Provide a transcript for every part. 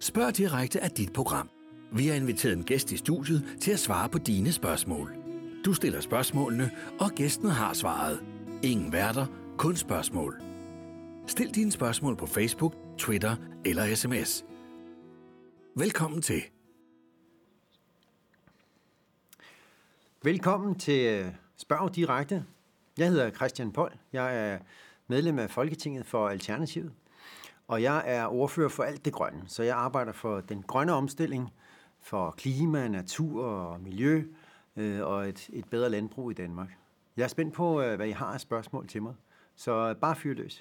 Spørg direkte af dit program. Vi har inviteret en gæst i studiet til at svare på dine spørgsmål. Du stiller spørgsmålene, og gæsten har svaret. Ingen værter, kun spørgsmål. Stil dine spørgsmål på Facebook, Twitter eller sms. Velkommen til. Velkommen til Spørg Direkte. Jeg hedder Christian Poll. Jeg er medlem af Folketinget for Alternativet, og jeg er ordfører for alt det grønne. Så jeg arbejder for den grønne omstilling, for klima, natur og miljø og et bedre landbrug i Danmark. Jeg er spændt på, hvad I har af spørgsmål til mig, så bare fyr løs.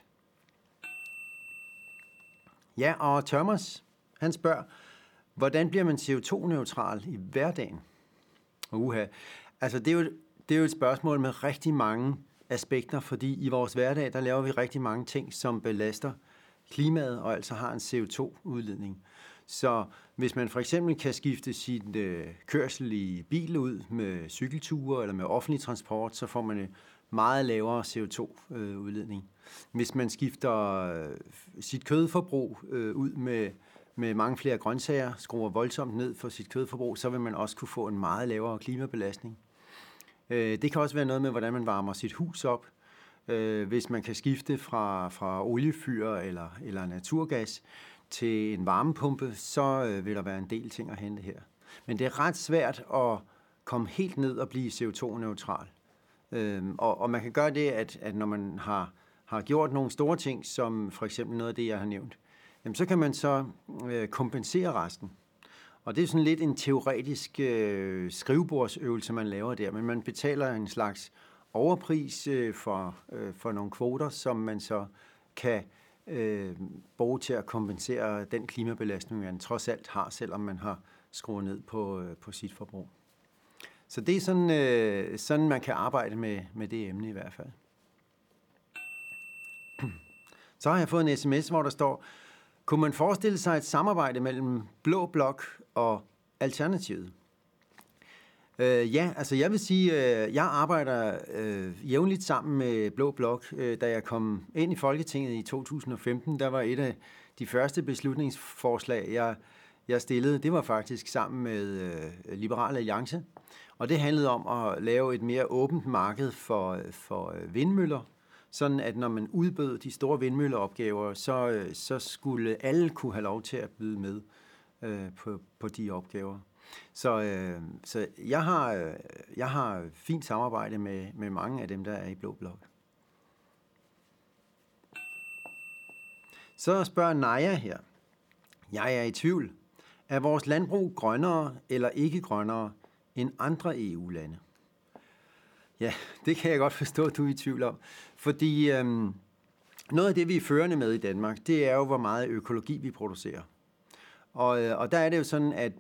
Ja, og Thomas, han spørger, hvordan bliver man CO2-neutral i hverdagen? Altså det er jo et spørgsmål med rigtig mange aspekter, fordi i vores hverdag, der laver vi rigtig mange ting, som belaster klimaet og altså har en CO2-udledning. Så hvis man for eksempel kan skifte sin kørsel i bil ud med cykelture eller med offentlig transport, så får man en meget lavere CO2-udledning. Hvis man skifter sit kødforbrug ud med mange flere grøntsager, skruer voldsomt ned for sit kødforbrug, så vil man også kunne få en meget lavere klimabelastning. Det kan også være noget med, hvordan man varmer sit hus op. Hvis man kan skifte fra oliefyr eller naturgas til en varmepumpe, så vil der være en del ting at hente her. Men det er ret svært at komme helt ned og blive CO2-neutral. Og man kan gøre det, at når man har gjort nogle store ting, som for eksempel noget af det, jeg har nævnt, jamen, så kan man så kompensere resten. Og det er sådan lidt en teoretisk skrivebordsøvelse, man laver der, men man betaler en slags overpris for nogle kvoter, som man så kan bruge til at kompensere den klimabelastning, man trods alt har, selvom man har skruet ned på sit forbrug. Så det er sådan man kan arbejde med det emne i hvert fald. Så har jeg fået en sms, hvor der står, kunne man forestille sig et samarbejde mellem Blå Blok og Alternativet? Ja, altså jeg vil sige, jeg arbejder jævnligt sammen med Blå Blok. Da jeg kom ind i Folketinget i 2015, der var et af de første beslutningsforslag, jeg stillede, det var faktisk sammen med Liberal Alliance. Og det handlede om at lave et mere åbent marked for vindmøller, sådan at når man udbød de store vindmølleopgaver, så skulle alle kunne have lov til at byde med på de opgaver. Så jeg har fint samarbejde med mange af dem, der er i Blå Blok. Så spørger Naja her. Jeg er i tvivl. Er vores landbrug grønnere eller ikke grønnere end andre EU-lande? Ja, det kan jeg godt forstå, at du er i tvivl om. Fordi noget af det, vi er førende med i Danmark, det er jo, hvor meget økologi vi producerer. Og der er det jo sådan, at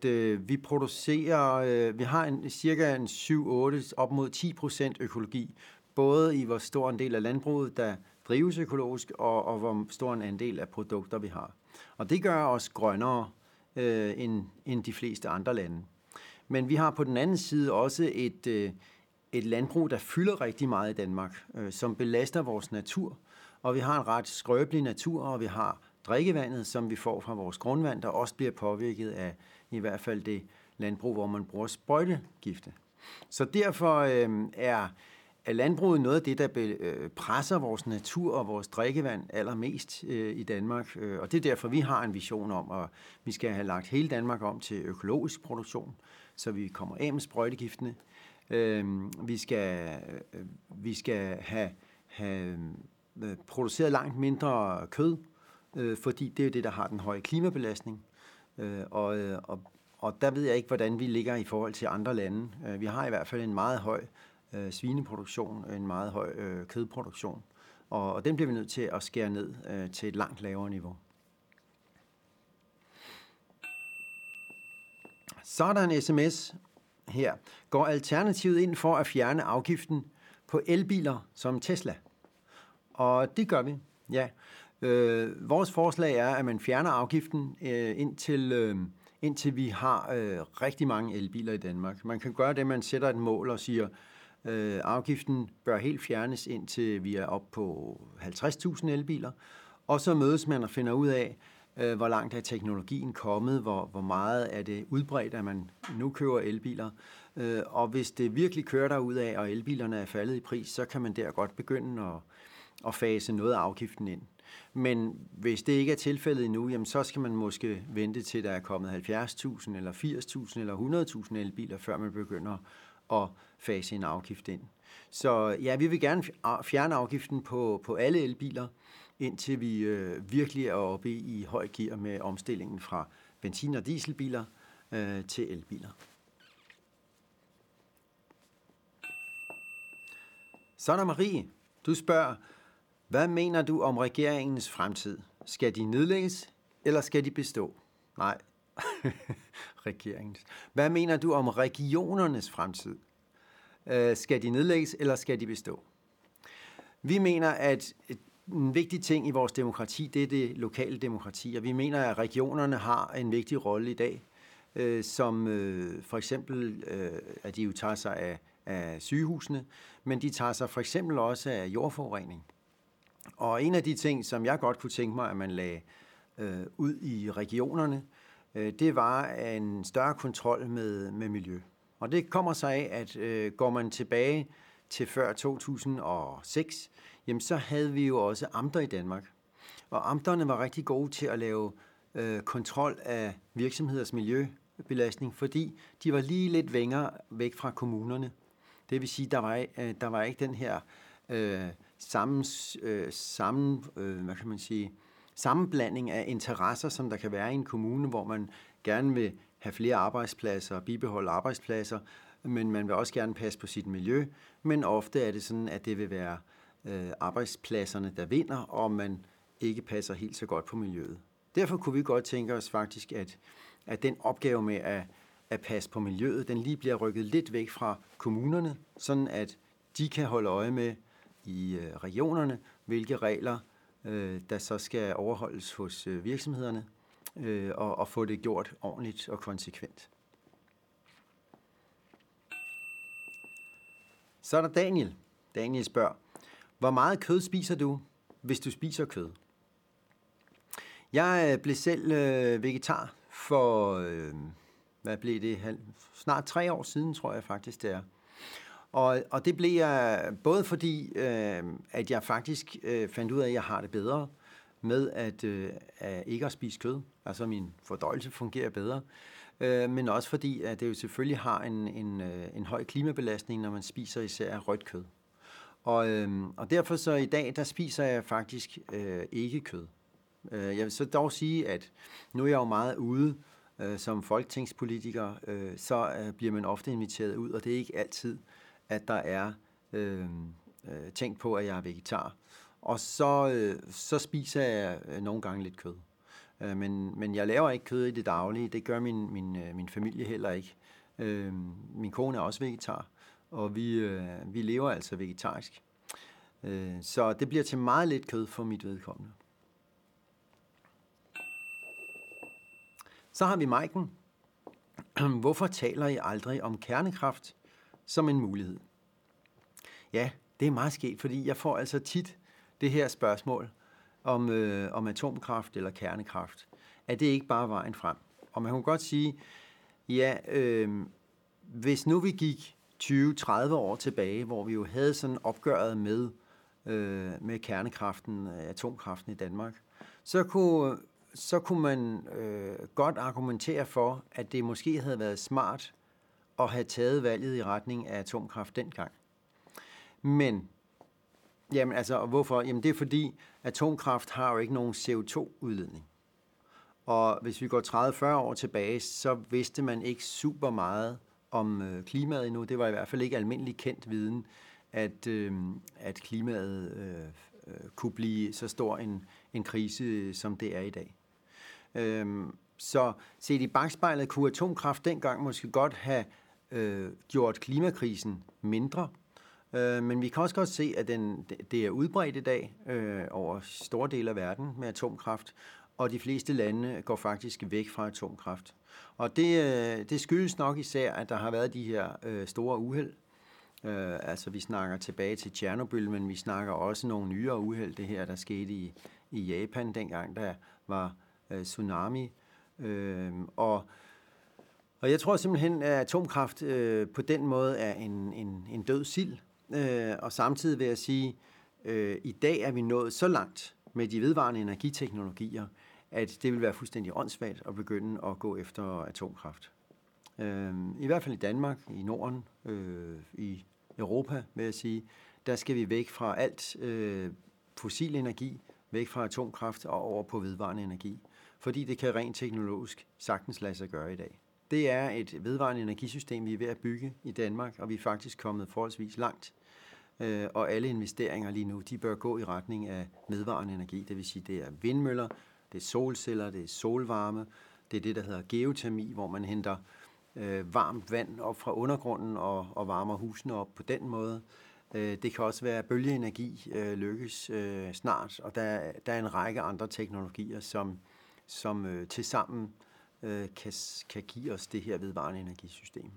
vi har cirka 7-8, op mod 10% økologi, både i hvor stor en del af landbruget, der drives økologisk, og hvor stor en andel af produkter, vi har. Og det gør os grønnere end de fleste andre lande. Men vi har på den anden side også et landbrug, der fylder rigtig meget i Danmark, som belaster vores natur. Og vi har en ret skrøbelig natur, og vi har drikkevandet, som vi får fra vores grundvand, der også bliver påvirket af i hvert fald det landbrug, hvor man bruger sprøjtegifte. Så derfor er landbruget noget af det, der presser vores natur og vores drikkevand allermest i Danmark. Og det er derfor, vi har en vision om, at vi skal have lagt hele Danmark om til økologisk produktion, så vi kommer af med sprøjtegiftene. Vi skal have produceret langt mindre kød, fordi det er det, der har den høje klimabelastning. Og der ved jeg ikke, hvordan vi ligger i forhold til andre lande. Vi har i hvert fald en meget høj svineproduktion, en meget høj kødproduktion, og den bliver vi nødt til at skære ned til et langt lavere niveau. Så er der en sms her. Går Alternativet ind for at fjerne afgiften på elbiler som Tesla? Og det gør vi, ja. Vores forslag er, at man fjerner afgiften indtil vi har rigtig mange elbiler i Danmark. Man kan gøre det, man sætter et mål og siger, afgiften bør helt fjernes, indtil vi er oppe på 50.000 elbiler. Og så mødes man og finder ud af, Hvor langt er teknologien kommet? Hvor meget er det udbredt, at man nu køber elbiler? Og hvis det virkelig kører derudad, og elbilerne er faldet i pris, så kan man der godt begynde at fase noget af afgiften ind. Men hvis det ikke er tilfældet endnu, jamen så skal man måske vente til, der er kommet 70.000 eller 80.000 eller 100.000 elbiler, før man begynder at fase en afgift ind. Så ja, vi vil gerne fjerne afgiften på alle elbiler, indtil vi virkelig er oppe i høj gear med omstillingen fra benzin- og dieselbiler til elbiler. Så er der Marie. Du spørger, hvad mener du om regeringens fremtid? Skal de nedlægges, eller skal de bestå? Nej, regeringens. Hvad mener du om regionernes fremtid? Skal de nedlægges, eller skal de bestå? Vi mener, at en vigtig ting i vores demokrati, det er det lokale demokrati, og vi mener, at regionerne har en vigtig rolle i dag, som for eksempel, at de jo tager sig af sygehusene, men de tager sig for eksempel også af jordforurening. Og en af de ting, som jeg godt kunne tænke mig, at man lagde ud i regionerne, det var en større kontrol med miljø. Og det kommer sig af, at går man tilbage til før 2006, jamen så havde vi jo også amter i Danmark. Og amterne var rigtig gode til at lave kontrol af virksomheders miljøbelastning, fordi de var lige lidt længere væk fra kommunerne. Det vil sige, der var ikke den her sammenblanding af interesser, som der kan være i en kommune, hvor man gerne vil have flere arbejdspladser og bibeholde arbejdspladser, men man vil også gerne passe på sit miljø. Men ofte er det sådan, at det vil være arbejdspladserne, der vinder, og man ikke passer helt så godt på miljøet. Derfor kunne vi godt tænke os faktisk, at den opgave med at passe på miljøet, den lige bliver rykket lidt væk fra kommunerne, sådan at de kan holde øje med i regionerne, hvilke regler der så skal overholdes hos virksomhederne, og få det gjort ordentligt og konsekvent. Så er der Daniel. Daniel spørger, hvor meget kød spiser du, hvis du spiser kød? Jeg blev selv vegetar for, hvad blev det? Snart 3 år siden, tror jeg faktisk det er. Og det blev jeg både fordi, at jeg faktisk fandt ud af, at jeg har det bedre med at ikke at spise kød. Altså min fordøjelse fungerer bedre. Men også fordi, at det jo selvfølgelig har en høj klimabelastning, når man spiser især rødt kød. Og derfor så i dag, der spiser jeg faktisk ikke kød. Jeg vil så dog sige, at nu er jeg jo meget ude som folketingspolitiker, så bliver man ofte inviteret ud, og det er ikke altid, at der er tænkt på, at jeg er vegetar. Og så spiser jeg nogle gange lidt kød. Men jeg laver ikke kød i det daglige. Det gør min familie heller ikke. Min kone er også vegetar, og vi lever altså vegetarisk. Så det bliver til meget lidt kød for mit vedkommende. Så har vi Maiken. Hvorfor taler I aldrig om kernekraft som en mulighed? Ja, det er meget sket, fordi jeg får altså tit det her spørgsmål om atomkraft eller kernekraft. Er det ikke bare vejen frem? Og man kan godt sige, ja, hvis nu vi gik 20-30 år tilbage, hvor vi jo havde sådan opgøret med kernekraften, atomkraften i Danmark, så kunne man godt argumentere for, at det måske havde været smart at have taget valget i retning af atomkraft dengang. Men, jamen altså, hvorfor? Jamen det er fordi, atomkraft har jo ikke nogen CO2-udledning. Og hvis vi går 30-40 år tilbage, så vidste man ikke super meget om klimaet endnu. Det var i hvert fald ikke almindelig kendt viden, at klimaet kunne blive så stor en krise, som det er i dag. Så set i bakspejlet kunne atomkraft dengang måske godt have gjort klimakrisen mindre. Men vi kan også godt se, at det er udbredt i dag over store dele af verden med atomkraft, og de fleste lande går faktisk væk fra atomkraft. Og det skyldes nok især, at der har været de her store uheld. Altså vi snakker tilbage til Tjernobyl, men vi snakker også nogle nyere uheld, det her der skete i Japan dengang, der var tsunami. Og jeg tror simpelthen, at atomkraft på den måde er en død sild. Og samtidig vil jeg sige, i dag er vi nået så langt med de vedvarende energiteknologier, at det vil være fuldstændig åndssvagt at begynde at gå efter atomkraft. I hvert fald i Danmark, i Norden, i Europa, vil jeg sige, der skal vi væk fra alt fossil energi, væk fra atomkraft og over på vedvarende energi. Fordi det kan rent teknologisk sagtens lade sig gøre i dag. Det er et vedvarende energisystem, vi er ved at bygge i Danmark, og vi er faktisk kommet forholdsvis langt. Og alle investeringer lige nu, de bør gå i retning af vedvarende energi. Det vil sige, det er vindmøller, det er solceller, det er solvarme, det er det, der hedder geotermi, hvor man henter varmt vand op fra undergrunden og varmer husene op på den måde. Det kan også være bølgeenergi lykkes snart, og der er en række andre teknologier, som tilsammen kan give os det her vedvarende energisystem.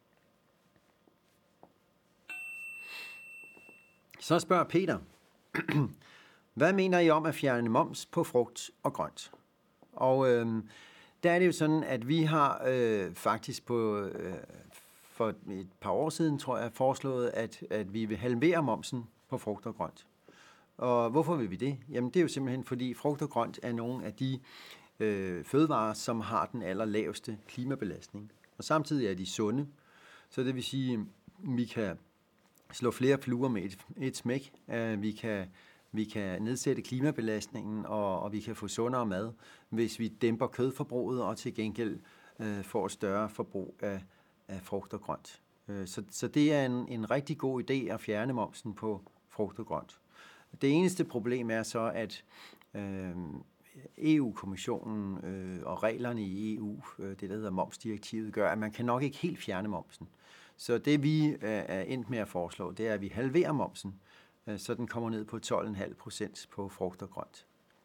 Så spørger Peter, hvad mener I om at fjerne moms på frugt og grønt? Og der er det jo sådan, at vi har faktisk for et par år siden, tror jeg, foreslået, at vi vil halvere momsen på frugt og grønt. Og hvorfor vil vi det? Jamen det er jo simpelthen, fordi frugt og grønt er nogle af de fødevarer, som har den allerlaveste klimabelastning. Og samtidig er de sunde, så det vil sige, at vi kan slå flere fluer med et smæk. Vi kan nedsætte klimabelastningen, og vi kan få sundere mad, hvis vi dæmper kødforbruget og til gengæld får et større forbrug af frugt og grønt. Så det er en rigtig god idé at fjerne momsen på frugt og grønt. Det eneste problem er så, at EU-kommissionen og reglerne i EU, det der hedder momsdirektivet, gør, at man kan nok ikke helt fjerne momsen. Så det vi er endt med at foreslå, det er, at vi halverer momsen, så den kommer ned på 12,5% på frugt og grønt.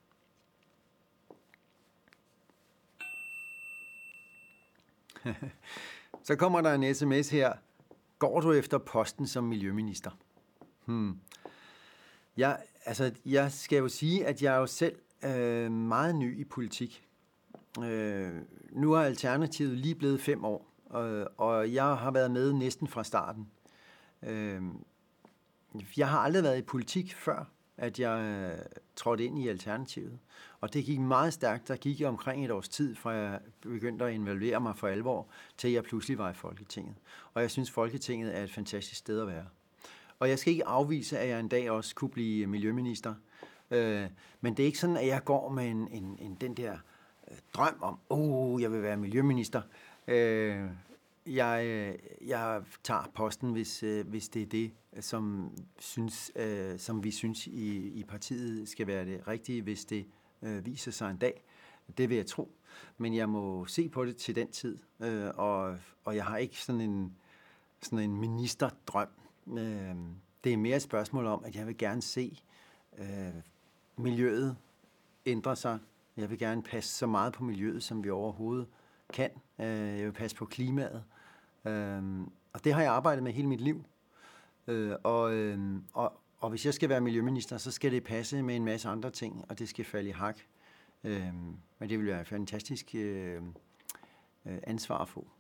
Så kommer der en sms her. Går du efter posten som miljøminister? Jeg skal jo sige, at jeg er jo selv meget ny i politik. Nu er Alternativet lige blevet 5 år, og jeg har været med næsten fra starten. Jeg har aldrig været i politik før, at jeg trådte ind i Alternativet. Og det gik meget stærkt. Der gik jeg omkring et års tid, fra jeg begyndte at involvere mig for alvor, til jeg pludselig var i Folketinget. Og jeg synes, Folketinget er et fantastisk sted at være. Og jeg skal ikke afvise, at jeg en dag også kunne blive miljøminister. Men det er ikke sådan, at jeg går med den der drøm om, jeg vil være miljøminister. Jeg tager posten, hvis det er det, som vi synes i partiet skal være det rigtige, hvis det viser sig en dag. Det vil jeg tro. Men jeg må se på det til den tid, og jeg har ikke sådan en ministerdrøm. Det er mere et spørgsmål om, at jeg vil gerne se miljøet ændre sig. Jeg vil gerne passe så meget på miljøet, som vi overhovedet kan. Jeg vil passe på klimaet. Og det har jeg arbejdet med hele mit liv. Og hvis jeg skal være miljøminister, så skal det passe med en masse andre ting, og det skal falde i hak. Men det vil være et fantastisk ansvar at få.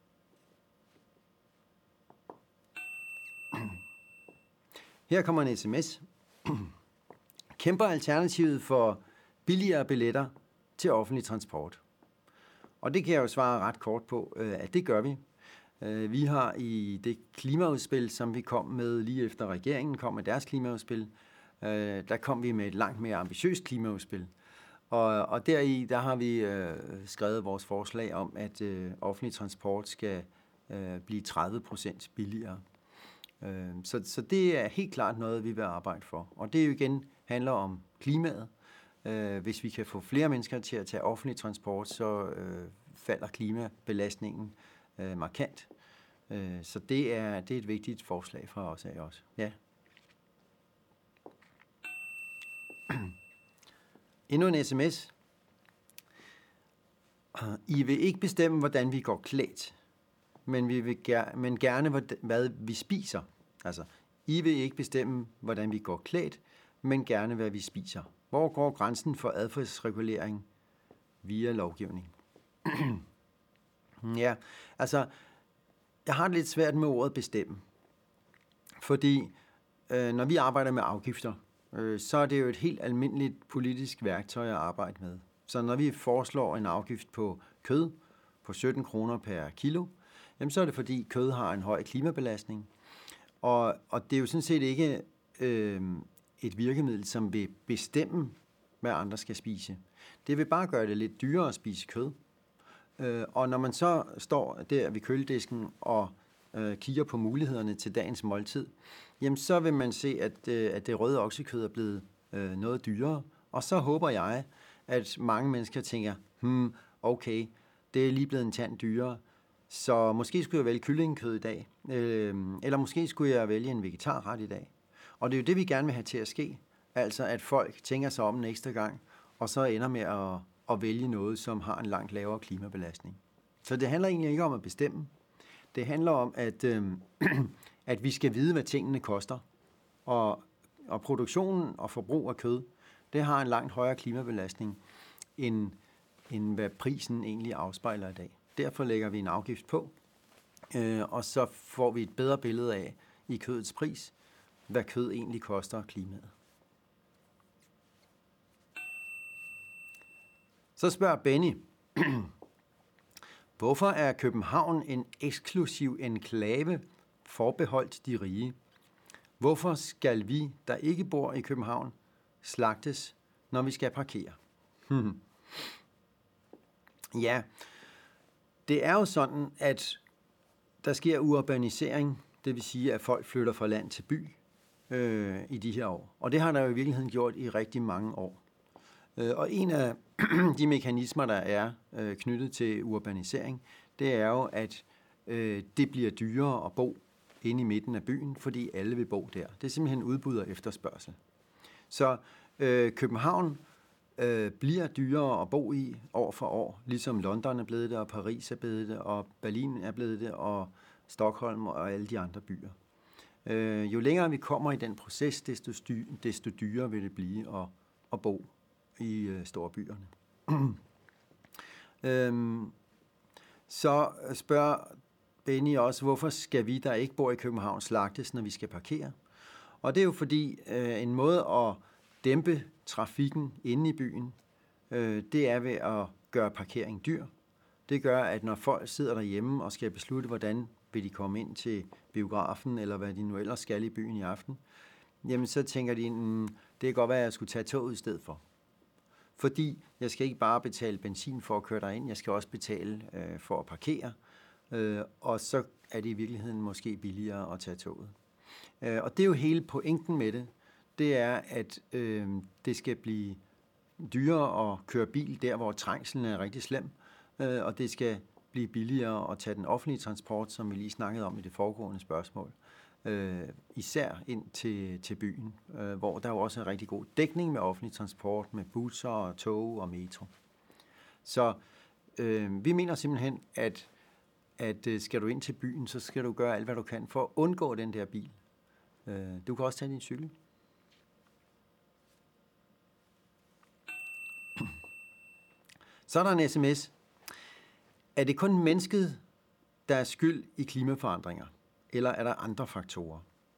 Her kommer en sms. Kæmper Alternativet for billigere billetter til offentlig transport? Og det kan jeg jo svare ret kort på, at det gør vi. Vi har i det klimaudspil, som vi kom med lige efter regeringen kom med deres klimaudspil, der kom vi med et langt mere ambitiøst klimaudspil. Og deri, der har vi skrevet vores forslag om, at offentlig transport skal blive 30% billigere. Så det er helt klart noget, vi vil arbejde for. Og det jo igen handler om klimaet. Hvis vi kan få flere mennesker til at tage offentlig transport, så falder klimabelastningen markant. Så det er et vigtigt forslag fra os af også. Ja. Endnu en sms. I vil ikke bestemme, hvordan vi går klædt, men gerne, hvad vi spiser. Altså, I vil ikke bestemme, hvordan vi går klædt, men gerne, hvad vi spiser. Hvor går grænsen for adfærdsregulering via lovgivning. Ja, altså, jeg har det lidt svært med ordet bestemme. Fordi når vi arbejder med afgifter, så er det jo et helt almindeligt politisk værktøj at arbejde med. Så når vi foreslår en afgift på kød på 17 kroner per kilo, jamen så er det fordi kød har en høj klimabelastning. Og det er jo sådan set ikke et virkemiddel, som vil bestemme, hvad andre skal spise. Det vil bare gøre det lidt dyrere at spise kød. Og når man så står der ved køledisken og kigger på mulighederne til dagens måltid, jamen så vil man se, at det røde oksekød er blevet noget dyrere. Og så håber jeg, at mange mennesker tænker, okay, det er lige blevet en tand dyrere, så måske skulle jeg vælge kyllingekød i dag, eller måske skulle jeg vælge en vegetarret i dag. Og det er jo det, vi gerne vil have til at ske, altså at folk tænker sig om en ekstra gang, og så ender med at vælge noget, som har en langt lavere klimabelastning. Så det handler egentlig ikke om at bestemme. Det handler om, at vi skal vide, hvad tingene koster. Og produktionen og forbrug af kød, det har en langt højere klimabelastning, end hvad prisen egentlig afspejler i dag. Derfor lægger vi en afgift på, og så får vi et bedre billede af i kødets pris, hvad kød egentlig koster klimaet. Så spørger Benny, hvorfor er København en eksklusiv enklave forbeholdt de rige? Hvorfor skal vi, der ikke bor i København, slagtes, når vi skal parkere? Ja, det er jo sådan, at der sker urbanisering, det vil sige, at folk flytter fra land til by i de her år. Og det har der jo i virkeligheden gjort i rigtig mange år. Og en af de mekanismer, der er knyttet til urbanisering, det er jo, at det bliver dyrere at bo inde i midten af byen, fordi alle vil bo der. Det er simpelthen udbud og efterspørgsel. Så København bliver dyrere at bo i år for år, ligesom London er blevet det, og Paris er blevet det, og Berlin er blevet det, og Stockholm og alle de andre byer. Jo længere vi kommer i den proces, desto dyrere vil det blive at bo i storbyerne. Så spørger Benny også, hvorfor skal vi, der ikke bor i København, slagtes, når vi skal parkere? Og det er jo fordi en måde at dæmpe trafikken inde i byen, det er ved at gøre parkering dyr. Det gør, at når folk sidder derhjemme og skal beslutte, hvordan vil de komme ind til biografen, eller hvad de nu ellers skal i byen i aften, jamen så tænker de, det kan godt være, at jeg skulle tage toget i stedet for. Fordi jeg skal ikke bare betale benzin for at køre derind, jeg skal også betale for at parkere, og så er det i virkeligheden måske billigere at tage toget. Og det er jo hele pointen med det, det er, at det skal blive dyrere at køre bil der, hvor trængslen er rigtig slem, og det skal blive billigere at tage den offentlige transport, som vi lige snakkede om i det foregående spørgsmål, især ind til byen, hvor der jo også er rigtig god dækning med offentlig transport, med busser og tog og metro. Så vi mener simpelthen, at skal du ind til byen, så skal du gøre alt, hvad du kan for at undgå den der bil. Du kan også tage din cykel. Så er der en sms. Er det kun mennesket, der er skyld i klimaforandringer, eller er der andre faktorer?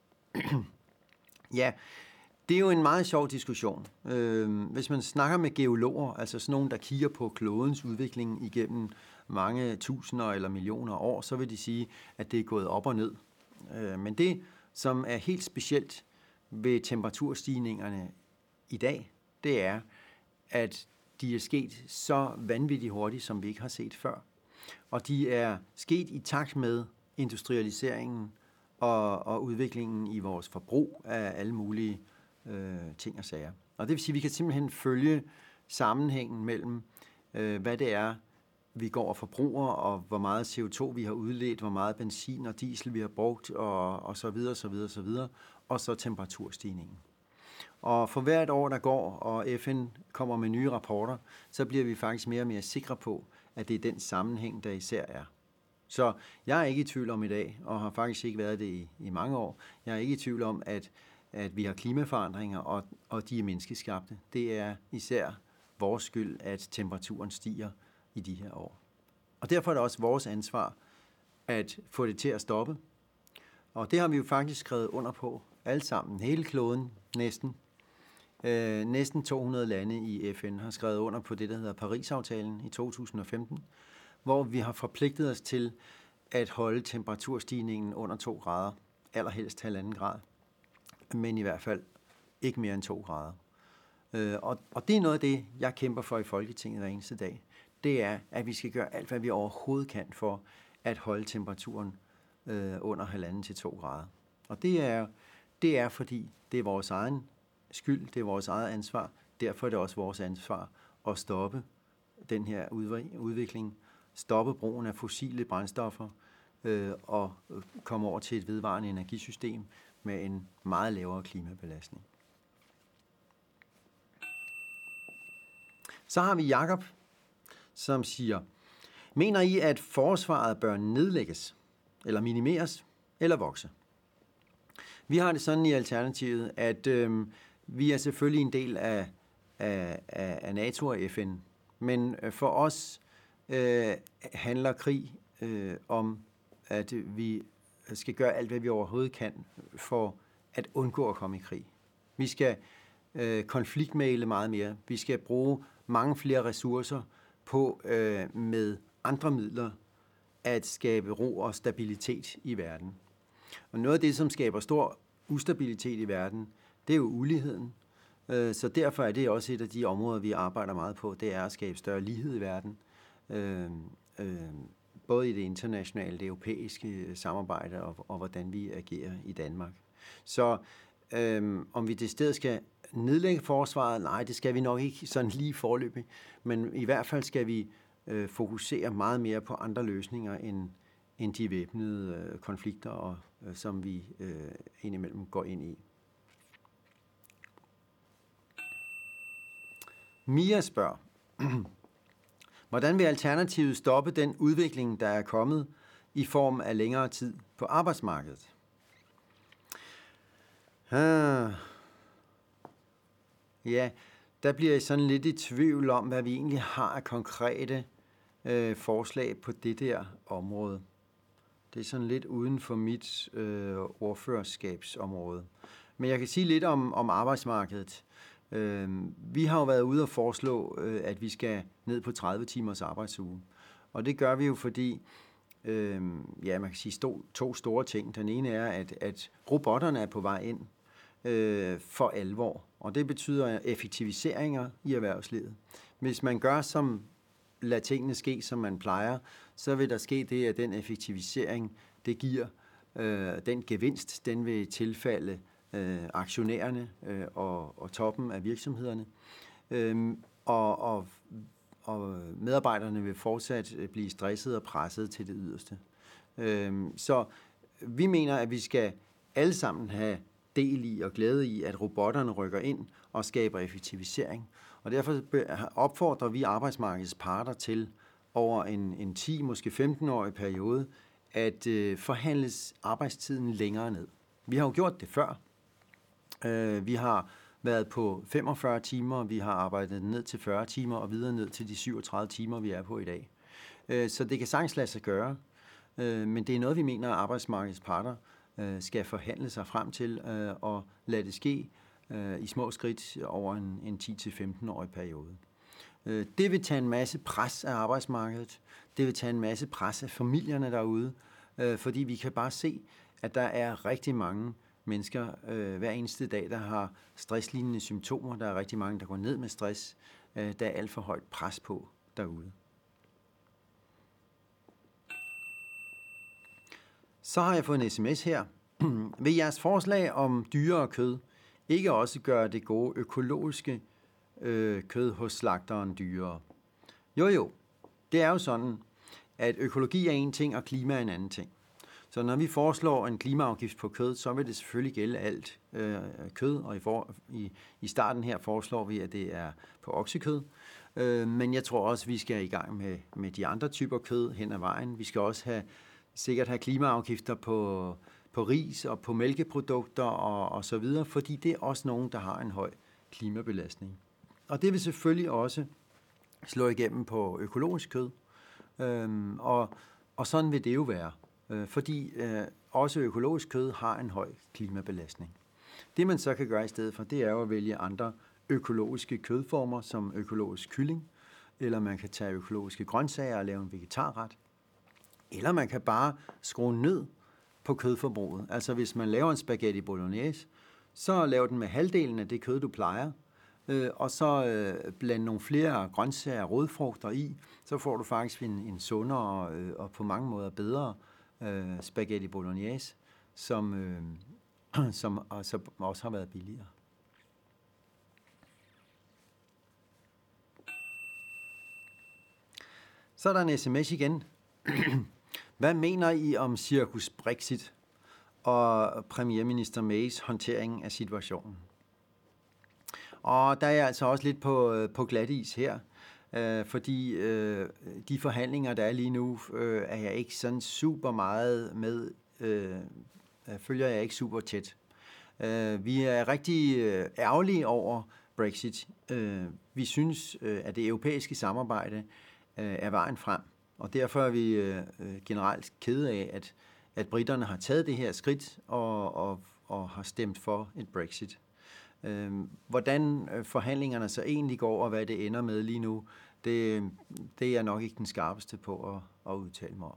Ja, det er jo en meget sjov diskussion. Hvis man snakker med geologer, altså sådan nogen, der kigger på klodens udvikling igennem mange tusinder eller millioner år, så vil de sige, at det er gået op og ned. Men det, som er helt specielt ved temperaturstigningerne i dag, det er, at de er sket så vanvittigt hurtigt, som vi ikke har set før. Og de er sket i takt med industrialiseringen og udviklingen i vores forbrug af alle mulige ting og sager. Og det vil sige, at vi kan simpelthen følge sammenhængen mellem, hvad det er, vi går og forbruger, og hvor meget CO2 vi har udledt, hvor meget benzin og diesel vi har brugt, og så videre, så videre, så videre, og så temperaturstigningen. Og for hvert år, der går, og FN kommer med nye rapporter, så bliver vi faktisk mere og mere sikre på, at det er den sammenhæng, der især er. Så jeg er ikke i tvivl om i dag, og har faktisk ikke været det i mange år, jeg er ikke i tvivl om, at vi har klimaforandringer, og de er menneskeskabte. Det er især vores skyld, at temperaturen stiger i de her år. Og derfor er det også vores ansvar at få det til at stoppe. Og det har vi jo faktisk skrevet under på, alle sammen, hele kloden næsten. Næsten 200 lande i FN har skrevet under på det, der hedder Paris-aftalen i 2015, hvor vi har forpligtet os til at holde temperaturstigningen under 2 grader, allerhelst 1,5 grad, men i hvert fald ikke mere end 2 grader. Og det er noget af det, jeg kæmper for i Folketinget hver eneste dag. Det er, at vi skal gøre alt, hvad vi overhovedet kan for at holde temperaturen under 1,5 til 2 grader. Og det er fordi, det er vores egen skyld, det er vores eget ansvar. Derfor er det også vores ansvar at stoppe den her udvikling, stoppe brugen af fossile brændstoffer og komme over til et vedvarende energisystem med en meget lavere klimabelastning. Så har vi Jakob, som siger, mener I, at forsvaret bør nedlægges, eller minimeres, eller vokse? Vi har det sådan i Alternativet, at vi er selvfølgelig en del af NATO og FN, men for os handler krig om, at vi skal gøre alt, hvad vi overhovedet kan for at undgå at komme i krig. Vi skal konfliktmægle meget mere. Vi skal bruge mange flere ressourcer på med andre midler at skabe ro og stabilitet i verden. Og noget af det, som skaber stor ustabilitet i verden, det er jo uligheden. Så derfor er det også et af de områder, vi arbejder meget på, det er at skabe større lighed i verden. Både i det internationale, det europæiske samarbejde og hvordan vi agerer i Danmark. Så om vi det sted skal nedlægge forsvaret, nej, det skal vi nok ikke sådan lige foreløbig, men i hvert fald skal vi fokusere meget mere på andre løsninger end de væbnede konflikter, som vi indimellem går ind i. Mia spørger, hvordan vil Alternativet stoppe den udvikling, der er kommet i form af længere tid på arbejdsmarkedet? Ja, der bliver jeg sådan lidt i tvivl om, hvad vi egentlig har af konkrete forslag på det der område. Det er sådan lidt uden for mit ordførerskabsområde. Men jeg kan sige lidt om arbejdsmarkedet. Vi har jo været ude og foreslå, at vi skal ned på 30 timers arbejdsuge. Og det gør vi jo, fordi man kan sige to store ting. Den ene er, at robotterne er på vej ind for alvor. Og det betyder effektiviseringer i erhvervslivet. Hvis man gør lader tingene ske, som man plejer, så vil der ske det, at den effektivisering, det giver den gevinst, den vil tilfalde aktionærerne og toppen af virksomhederne. Og medarbejderne vil fortsat blive stresset og presset til det yderste. Så vi mener, at vi skal alle sammen have del i og glæde i, at robotterne rykker ind og skaber effektivisering. Og derfor opfordrer vi arbejdsmarkedets parter til over en 10, måske 15-årig periode, at forhandles arbejdstiden længere ned. Vi har jo gjort det før. Vi har været på 45 timer, vi har arbejdet ned til 40 timer og videre ned til de 37 timer, vi er på i dag. Så det kan sagtens lade sig gøre, men det er noget, vi mener, at arbejdsmarkedets parter skal forhandle sig frem til og lade det ske i små skridt over en 10-15-årig periode. Det vil tage en masse pres af arbejdsmarkedet, det vil tage en masse pres af familierne derude, fordi vi kan bare se, at der er rigtig mange mennesker hver eneste dag, der har stresslignende symptomer. Der er rigtig mange, der går ned med stress. Der er alt for højt pres på derude. Så har jeg fået en sms her. Vil jeres forslag om dyrere kød ikke også gøre det gode økologiske kød hos slagteren dyrere? Jo. Det er jo sådan, at økologi er en ting, og klima er en anden ting. Så når vi foreslår en klimaafgift på kød, så vil det selvfølgelig gælde alt kød, og i starten her foreslår vi, at det er på oksekød. Men jeg tror også, at vi skal i gang med de andre typer kød hen ad vejen. Vi skal også sikkert have klimaafgifter på ris og på mælkeprodukter og så videre, fordi det er også nogen, der har en høj klimabelastning. Og det vil selvfølgelig også slå igennem på økologisk kød. Og sådan vil det jo være, fordi også økologisk kød har en høj klimabelastning. Det man så kan gøre i stedet for, det er jo at vælge andre økologiske kødformer, som økologisk kylling, eller man kan tage økologiske grøntsager og lave en vegetarret, eller man kan bare skrue ned på kødforbruget. Altså hvis man laver en spaghetti bolognese, så lav den med halvdelen af det kød, du plejer, og så blande nogle flere grøntsager og rodfrugter i, så får du faktisk en sundere og på mange måder bedre spaghetti bolognese, som også har været billigere. Så er der en sms igen. Hvad mener I om cirkus Brexit og premierminister Mays håndtering af situationen? Og der er jeg altså også lidt på glat is her, fordi de forhandlinger, der er lige nu, er jeg ikke sådan super meget med, følger jeg ikke super tæt. Vi er rigtig ærgerlige over Brexit. Vi synes, at det europæiske samarbejde er vejen frem, og derfor er vi generelt kede af, at briterne har taget det her skridt og har stemt for et Brexit. Hvordan forhandlingerne så egentlig går, og hvad det ender med lige nu, det er jeg nok ikke den skarpeste på at udtale mig om.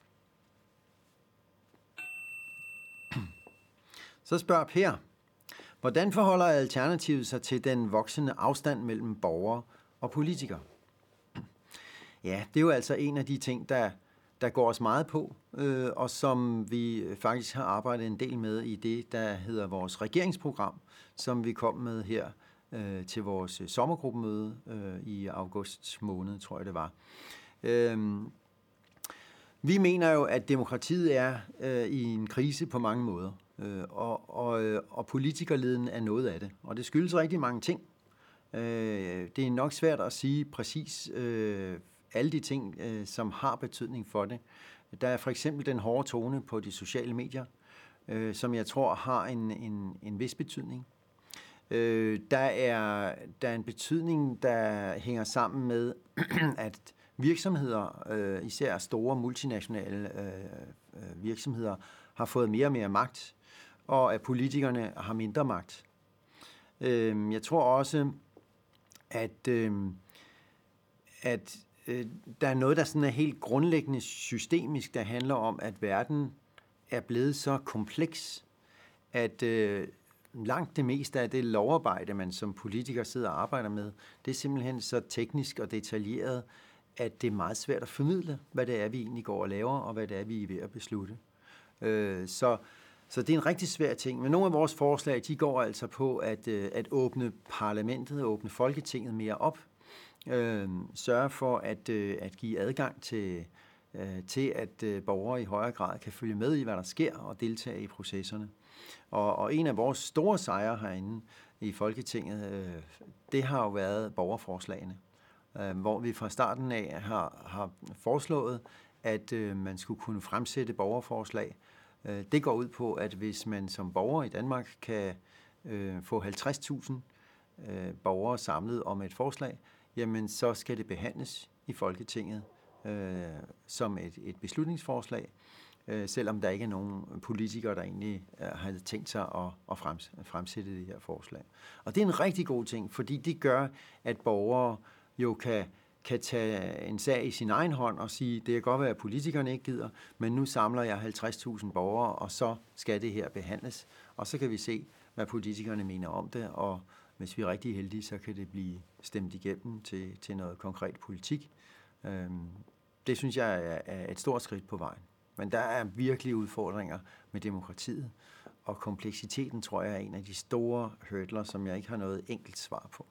Så spørger Per, hvordan forholder Alternativet sig til den voksende afstand mellem borgere og politikere? Ja, det er jo altså en af de ting, der går os meget på, og som vi faktisk har arbejdet en del med i det, der hedder vores regeringsprogram, som vi kom med her til vores sommergruppemøde i august måned, tror jeg det var. Vi mener jo, at demokratiet er i en krise på mange måder, og politikerleden er noget af det, og det skyldes rigtig mange ting. Det er nok svært at sige præcis alle de ting, som har betydning for det. Der er for eksempel den hårde tone på de sociale medier, som jeg tror har en vis betydning. Der er en betydning, der hænger sammen med, at virksomheder, især store multinationale virksomheder, har fået mere og mere magt, og at politikerne har mindre magt. Jeg tror også, at der er noget, der sådan er helt grundlæggende systemisk, der handler om, at verden er blevet så kompleks, at langt det meste af det lovarbejde, man som politiker sidder og arbejder med, det er simpelthen så teknisk og detaljeret, at det er meget svært at formidle, hvad det er, vi egentlig går og laver, og hvad det er, vi er ved at beslutte. Så det er en rigtig svær ting. Men nogle af vores forslag, de går altså på at åbne parlamentet, åbne Folketinget mere op, sørge for at give adgang til at borgere i højere grad kan følge med i, hvad der sker, og deltage i processerne. Og en af vores store sejre herinde i Folketinget, det har jo været borgerforslagene, hvor vi fra starten af har foreslået, at man skulle kunne fremsætte borgerforslag. Det går ud på, at hvis man som borger i Danmark kan få 50.000 borgere samlet om et forslag, jamen så skal det behandles i Folketinget som et beslutningsforslag, selvom der ikke er nogen politikere, der egentlig har tænkt sig at fremsætte det her forslag. Og det er en rigtig god ting, fordi det gør, at borgere jo kan tage en sag i sin egen hånd og sige, det kan godt være, at politikerne ikke gider, men nu samler jeg 50.000 borgere, og så skal det her behandles. Og så kan vi se, hvad politikerne mener om det, og hvis vi er rigtig heldige, så kan det blive stemt igennem til noget konkret politik. Det synes jeg er et stort skridt på vejen. Men der er virkelig udfordringer med demokratiet, og kompleksiteten, tror jeg, er en af de store hurdler, som jeg ikke har noget enkelt svar på.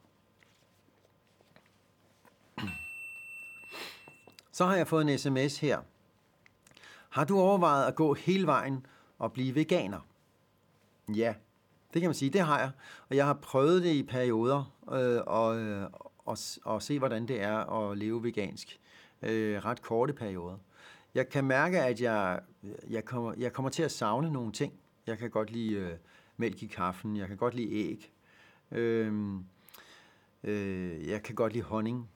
Så har jeg fået en sms her. Har du overvejet at gå hele vejen og blive veganer? Ja, det kan man sige, det har jeg. Og jeg har prøvet det i perioder og se, hvordan det er at leve vegansk. Ret korte perioder. Jeg kan mærke, at jeg kommer til at savne nogle ting. Jeg kan godt lide mælk i kaffen, jeg kan godt lide æg. Jeg kan godt lide honning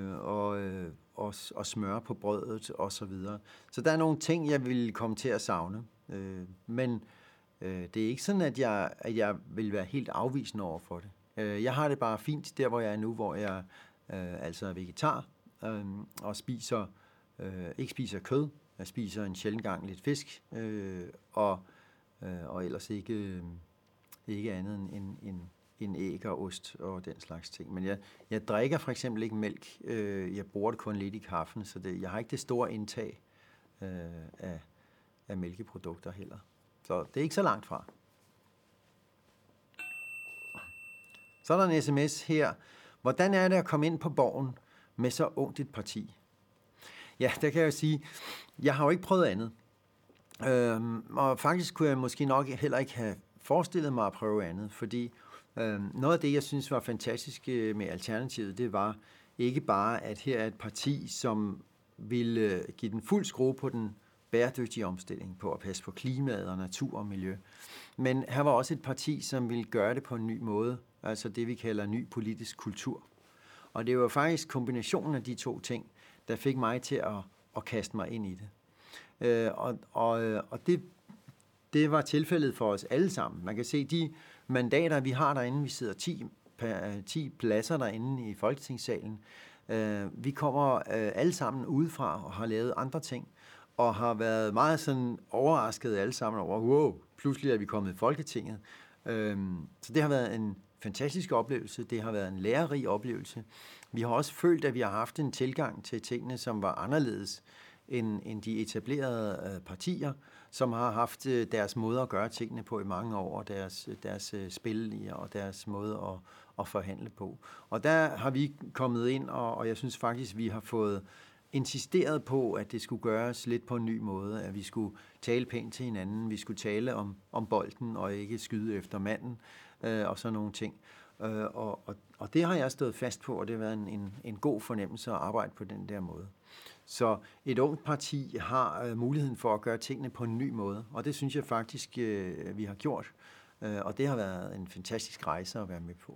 og smør på brødet og så videre. Så der er nogle ting, jeg vil komme til at savne. Men det er ikke sådan, at jeg vil være helt afvisende over for det. Jeg har det bare fint der, hvor jeg er nu, hvor jeg altså er vegetar og ikke spiser kød. Jeg spiser en sjælden gang lidt fisk og ellers ikke andet end æg og ost og den slags ting. Men jeg drikker for eksempel ikke mælk. Jeg bruger det kun lidt i kaffen, så jeg har ikke det store indtag af mælkeprodukter heller. Så det er ikke så langt fra. Så er der en sms her. Hvordan er det at komme ind på Borgen med så ungt et parti? Ja, der kan jeg jo sige, jeg har jo ikke prøvet andet. Og faktisk kunne jeg måske nok heller ikke have forestillet mig at prøve andet, fordi noget af det, jeg synes var fantastisk med Alternativet, det var ikke bare, at her er et parti, som ville give den fuld skrue på den bæredygtige omstilling, på at passe på klimaet og natur og miljø. Men her var også et parti, som ville gøre det på en ny måde, altså det, vi kalder ny politisk kultur. Og det var faktisk kombinationen af de to ting, der fik mig til at kaste mig ind i det. Og det var tilfældet for os alle sammen. Man kan se, de mandater, vi har derinde, vi sidder 10 pladser derinde i Folketingssalen. Vi kommer alle sammen udefra og har lavet andre ting, og har været meget sådan overrasket alle sammen over, wow, pludselig er vi kommet i Folketinget. Så det har været en fantastisk oplevelse, det har været en lærerig oplevelse. Vi har også følt, at vi har haft en tilgang til tingene, som var anderledes end de etablerede partier, som har haft deres måde at gøre tingene på i mange år, og deres spil og deres måde at forhandle på. Og der har vi kommet ind, og jeg synes faktisk, vi har fået insisteret på, at det skulle gøres lidt på en ny måde, at vi skulle tale pænt til hinanden, vi skulle tale om bolden og ikke skyde efter manden og sådan nogle ting. Og det har jeg stået fast på, og det har været en god fornemmelse at arbejde på den der måde. Så et ungt parti har muligheden for at gøre tingene på en ny måde, og det synes jeg faktisk, vi har gjort. Og det har været en fantastisk rejse at være med på.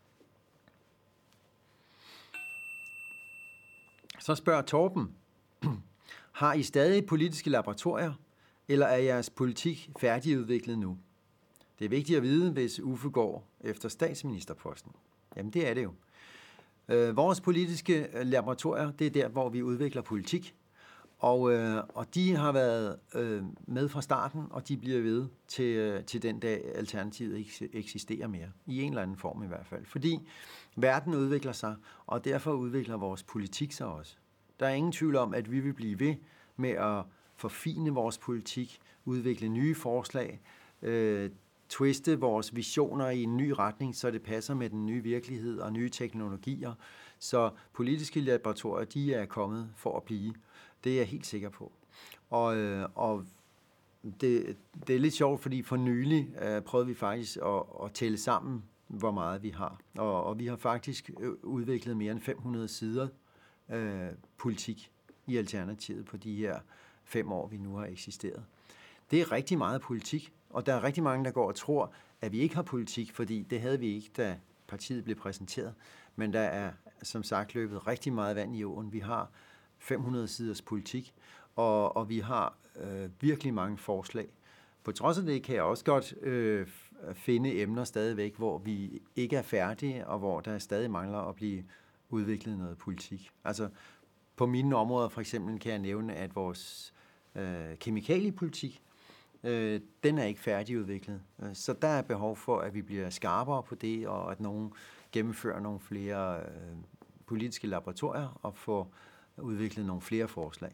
Så spørger Torben, har I stadig politiske laboratorier, eller er jeres politik færdigudviklet nu? Det er vigtigt at vide, hvis Uffe går efter statsministerposten. Jamen det er det jo. Vores politiske laboratorier, det er der, hvor vi udvikler politik, og de har været med fra starten, og de bliver ved til den dag Alternativet ikke eksisterer mere, i en eller anden form i hvert fald. Fordi verden udvikler sig, og derfor udvikler vores politik sig også. Der er ingen tvivl om, at vi vil blive ved med at forfine vores politik, udvikle nye forslag, twiste vores visioner i en ny retning, så det passer med den nye virkelighed og nye teknologier. Så politiske laboratorier, de er kommet for at blive. Det er jeg helt sikker på. Og det er lidt sjovt, fordi for nylig prøvede vi faktisk at tælle sammen, hvor meget vi har. Og vi har faktisk udviklet mere end 500 sider politik i Alternativet på de her 5 år, vi nu har eksisteret. Det er rigtig meget politik, og der er rigtig mange, der går og tror, at vi ikke har politik, fordi det havde vi ikke, da partiet blev præsenteret. Men der er, som sagt, løbet rigtig meget vand i åen. Vi har 500 siders politik, og vi har virkelig mange forslag. På trods af det kan jeg også godt finde emner stadigvæk, hvor vi ikke er færdige, og hvor der stadig mangler at blive udviklet noget politik. Altså på mine områder for eksempel kan jeg nævne, at vores kemikaliepolitik, den er ikke færdigudviklet. Så der er behov for, at vi bliver skarpere på det, og at nogen gennemfører nogle flere politiske laboratorier og får udviklet nogle flere forslag.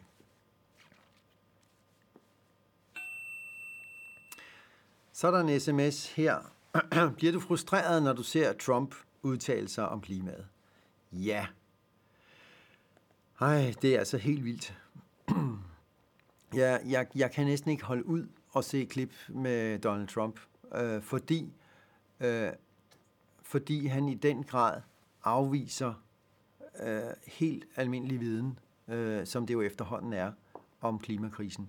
Så er der en sms her. Bliver du frustreret, når du ser Trump udtale sig om klimaet? Ja. Ej, det er altså helt vildt. Jeg kan næsten ikke holde ud og se klip med Donald Trump, fordi han i den grad afviser helt almindelig viden, som det jo efterhånden er, om klimakrisen.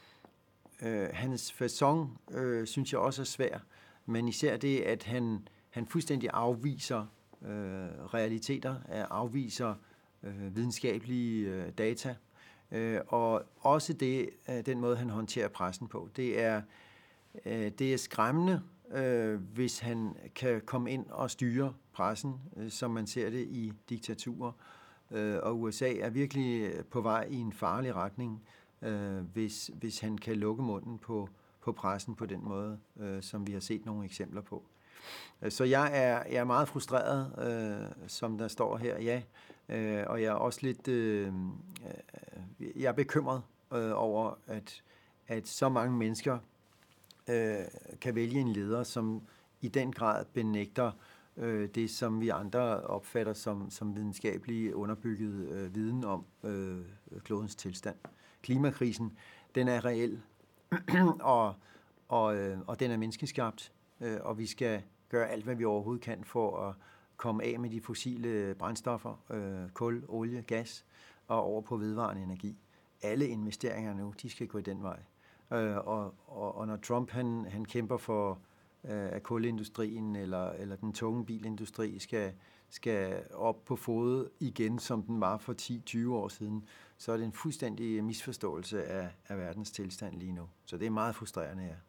Hans facon synes jeg også er svær, men især det, at han han fuldstændig afviser realiteter, afviser videnskabelige data, og også den måde, han håndterer pressen på. Det er skræmmende, hvis han kan komme ind og styre pressen, som man ser det i diktaturer. Og USA er virkelig på vej i en farlig retning, hvis han kan lukke munden på pressen på den måde, som vi har set nogle eksempler på. Så jeg er meget frustreret, som der står her, ja. Og jeg er også lidt jeg er bekymret over, at så mange mennesker kan vælge en leder, som i den grad benægter det, som vi andre opfatter som videnskabelig underbygget viden om klodens tilstand. Klimakrisen, den er reel, og den er menneskeskabt, og vi skal gøre alt, hvad vi overhovedet kan for at komme af med de fossile brændstoffer, kul, olie, gas, og over på vedvarende energi. Alle investeringer nu, de skal gå den vej. Og når Trump han kæmper for, at kulindustrien eller den tunge bilindustri skal op på fod igen, som den var for 10-20 år siden, så er det en fuldstændig misforståelse af verdens tilstand lige nu. Så det er meget frustrerende, ja.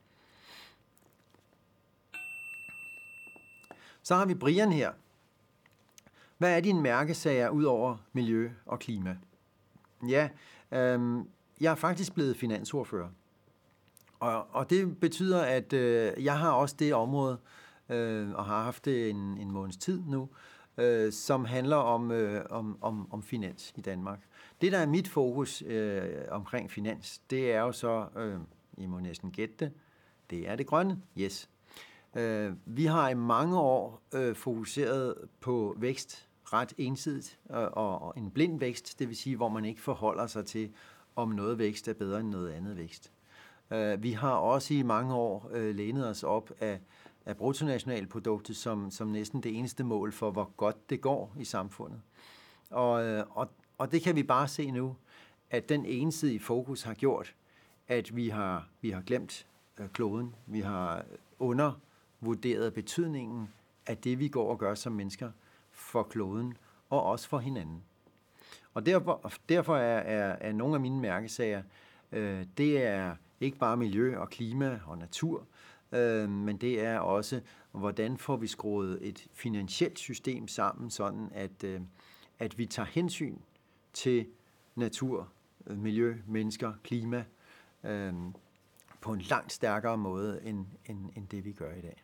Så har vi Brian her. Hvad er dine mærkesager ud over miljø og klima? Ja, jeg er faktisk blevet finansordfører. Og det betyder, at jeg har også det område, og har haft det en måneds tid nu, som handler om finans i Danmark. Det, der er mit fokus omkring finans, det er jo så, I må næsten gætte det er det grønne. Yes. Vi har i mange år fokuseret på vækst ret ensidigt, og en blind vækst, det vil sige, hvor man ikke forholder sig til, om noget vækst er bedre end noget andet vækst. Vi har også i mange år lænet os op af bruttonationalproduktet som næsten det eneste mål for, hvor godt det går i samfundet. Og det kan vi bare se nu, at den ensidige fokus har gjort, at vi har glemt kloden. Vi har undervurderet betydningen af det, vi går og gør som mennesker for kloden og også for hinanden. Og derfor er nogle af mine mærkesager, det er ikke bare miljø og klima og natur, men det er også, hvordan får vi skruet et finansielt system sammen, sådan at vi tager hensyn til natur, miljø, mennesker, klima på en langt stærkere måde, end det vi gør i dag.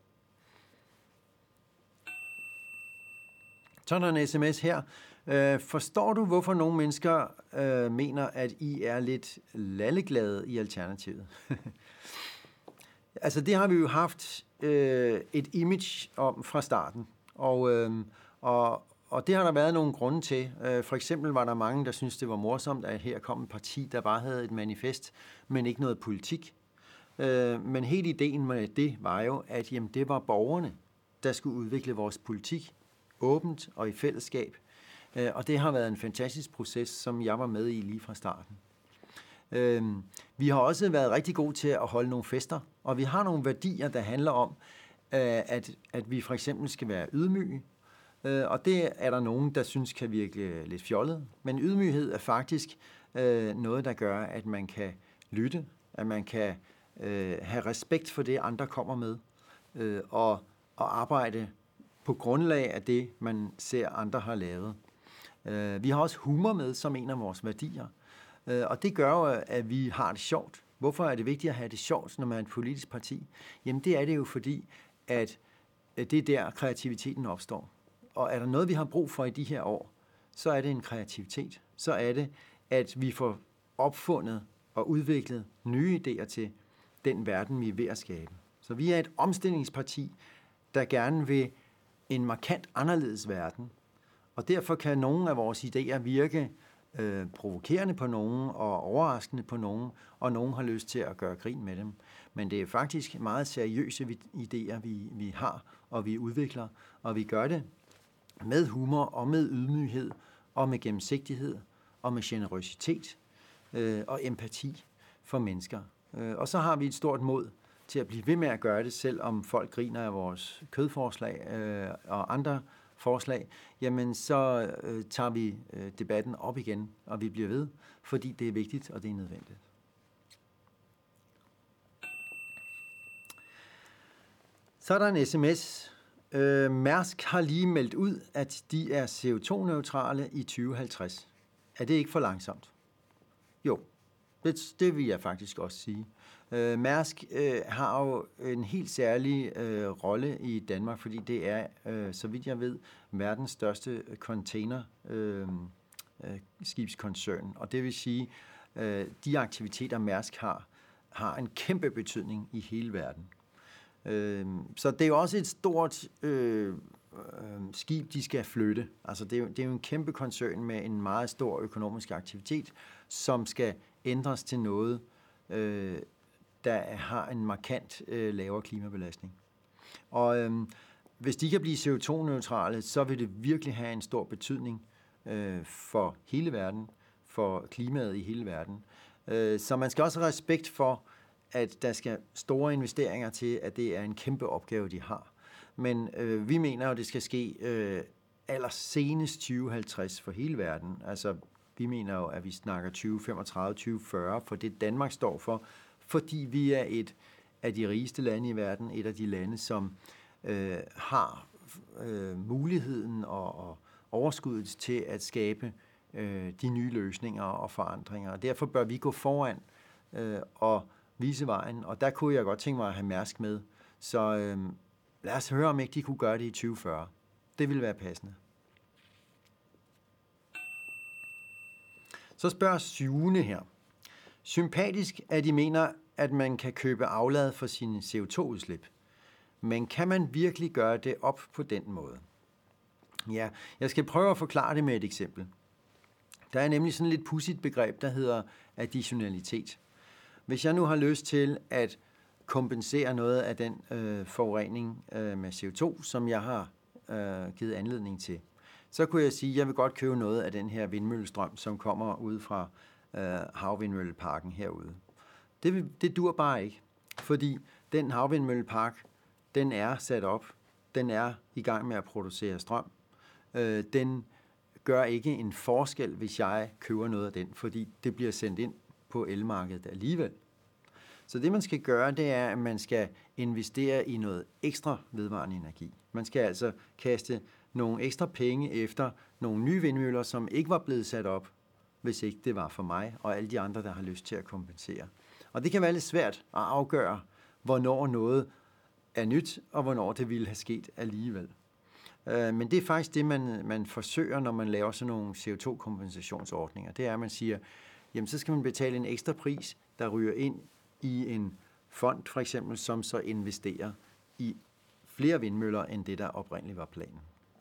Så er der en sms her. Forstår du, hvorfor nogle mennesker mener, at I er lidt lalleglade i Alternativet? Altså, det har vi jo haft et image om fra starten, og det har der været nogle grunde til. For eksempel var der mange, der syntes, det var morsomt, at her kom et parti, der bare havde et manifest, men ikke noget politik. Men hele ideen med det var jo, at jamen, det var borgerne, der skulle udvikle vores politik åbent og i fællesskab. Og det har været en fantastisk proces, som jeg var med i lige fra starten. Vi har også været rigtig gode til at holde nogle fester, og vi har nogle værdier, der handler om, at vi for eksempel skal være ydmyge, og det er der nogen, der synes kan virke lidt fjollet, men ydmyghed er faktisk noget, der gør, at man kan lytte, at man kan have respekt for det, andre kommer med, og arbejde på grundlag af det, man ser andre har lavet. Vi har også humor med som en af vores værdier, og det gør jo, at vi har det sjovt. Hvorfor er det vigtigt at have det sjovt, når man er et politisk parti? Jamen det er det jo fordi, at det er der, kreativiteten opstår. Og er der noget, vi har brug for i de her år, så er det en kreativitet. Så er det, at vi får opfundet og udviklet nye idéer til den verden, vi er ved at skabe. Så vi er et omstillingsparti, der gerne vil en markant anderledes verden. Og derfor kan nogle af vores idéer virke provokerende på nogen og overraskende på nogen, og nogen har lyst til at gøre grin med dem. Men det er faktisk meget seriøse idéer, vi har, og vi udvikler, og vi gør det med humor og med ydmyghed og med gennemsigtighed og med generøsitet og empati for mennesker. Og så har vi et stort mod til at blive ved med at gøre det, selvom folk griner af vores kødforslag og andre forslag, jamen så tager vi debatten op igen, og vi bliver ved, fordi det er vigtigt, og det er nødvendigt. Så er der en sms. Mærsk har lige meldt ud, at de er CO2-neutrale i 2050. Er det ikke for langsomt? Jo, det vil jeg faktisk også sige. Mærsk har jo en helt særlig rolle i Danmark, fordi det er, så vidt jeg ved, verdens største containerskibskoncern. Og det vil sige, de aktiviteter, Mærsk har en kæmpe betydning i hele verden. Så det er jo også et stort skib, de skal flytte. Altså det er jo en kæmpe koncern med en meget stor økonomisk aktivitet, som skal ændres til noget, der har en markant lavere klimabelastning. Og hvis de kan blive CO2-neutrale, så vil det virkelig have en stor betydning for hele verden, for klimaet i hele verden. Så man skal også have respekt for, at der skal store investeringer til, at det er en kæmpe opgave, de har. Men vi mener jo, at det skal ske allersenest 2050 for hele verden. Altså, vi mener jo, at vi snakker 2035, 2040, for det Danmark står for, fordi vi er et af de rigeste lande i verden, et af de lande, som har muligheden og overskuddet til at skabe de nye løsninger og forandringer. Og derfor bør vi gå foran og vise vejen, og der kunne jeg godt tænke mig at have Mærsk med. Så lad os høre, om ikke de kunne gøre det i 2040. Det ville være passende. Så spørger Sune her. Sympatisk, at de mener, at man kan købe aflad for sine CO2-udslip. Men kan man virkelig gøre det op på den måde? Ja, jeg skal prøve at forklare det med et eksempel. Der er nemlig sådan et lidt pudsigt begreb, der hedder additionalitet. Hvis jeg nu har lyst til at kompensere noget af den forurening med CO2, som jeg har givet anledning til, så kunne jeg sige, at jeg vil godt købe noget af den her vindmøllestrøm, som kommer ud fra havvindmølleparken herude. Det dur bare ikke, fordi den havvindmøllepark, den er sat op, den er i gang med at producere strøm. Den gør ikke en forskel, hvis jeg køber noget af den, fordi det bliver sendt ind på elmarkedet alligevel. Så det, man skal gøre, det er, at man skal investere i noget ekstra vedvarende energi. Man skal altså kaste nogle ekstra penge efter nogle nye vindmøller, som ikke var blevet sat op, hvis ikke det var for mig og alle de andre, der har lyst til at kompensere. Og det kan være lidt svært at afgøre, hvornår noget er nyt, og hvornår det ville have sket alligevel. Men det er faktisk det, man forsøger, når man laver sådan nogle CO2-kompensationsordninger. Det er, at man siger, jamen så skal man betale en ekstra pris, der ryger ind i en fond, for eksempel, som så investerer i flere vindmøller, end det, der oprindeligt var planen.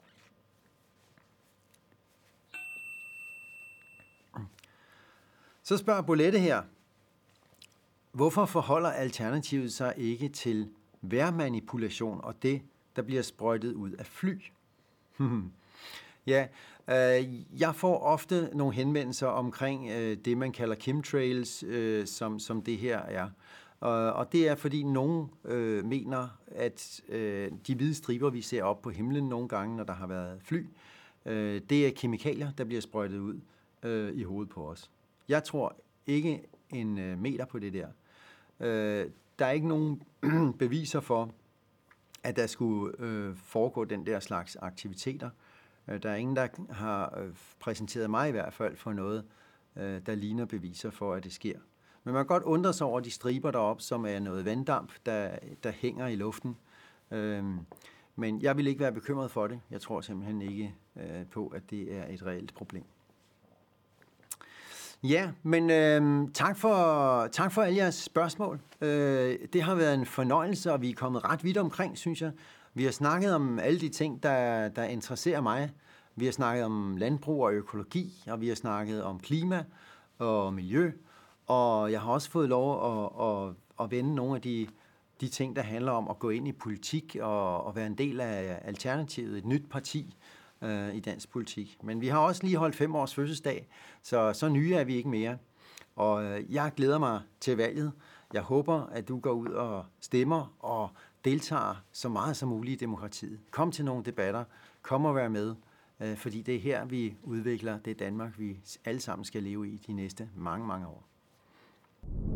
Så spørger Bolette her, hvorfor forholder Alternativet sig ikke til vejrmanipulation og det, der bliver sprøjtet ud af fly? Ja, jeg får ofte nogle henvendelser omkring det, man kalder chemtrails, som det her er. Og det er, fordi nogen mener, at de hvide striber, vi ser op på himlen nogle gange, når der har været fly, det er kemikalier, der bliver sprøjtet ud i hovedet på os. Jeg tror ikke en meter på det der. Der er ikke nogen beviser for, at der skulle foregå den der slags aktiviteter. Der er ingen, der har præsenteret mig i hvert fald for noget, der ligner beviser for, at det sker. Men man kan godt undre sig over de striber deroppe, som er noget vanddamp, der hænger i luften. Men jeg vil ikke være bekymret for det. Jeg tror simpelthen ikke på, at det er et reelt problem. Ja, men tak for alle jeres spørgsmål. Det har været en fornøjelse, og vi er kommet ret vidt omkring, synes jeg. Vi har snakket om alle de ting, der interesserer mig. Vi har snakket om landbrug og økologi, og vi har snakket om klima og miljø. Og jeg har også fået lov at vende nogle af de ting, der handler om at gå ind i politik og være en del af Alternativet, et nyt parti i dansk politik. Men vi har også lige holdt 5 års fødselsdag, så nye er vi ikke mere. Og jeg glæder mig til valget. Jeg håber, at du går ud og stemmer og deltager så meget som muligt i demokratiet. Kom til nogle debatter. Kom og vær med. Fordi det er her, vi udvikler det Danmark, vi alle sammen skal leve i de næste mange, mange år.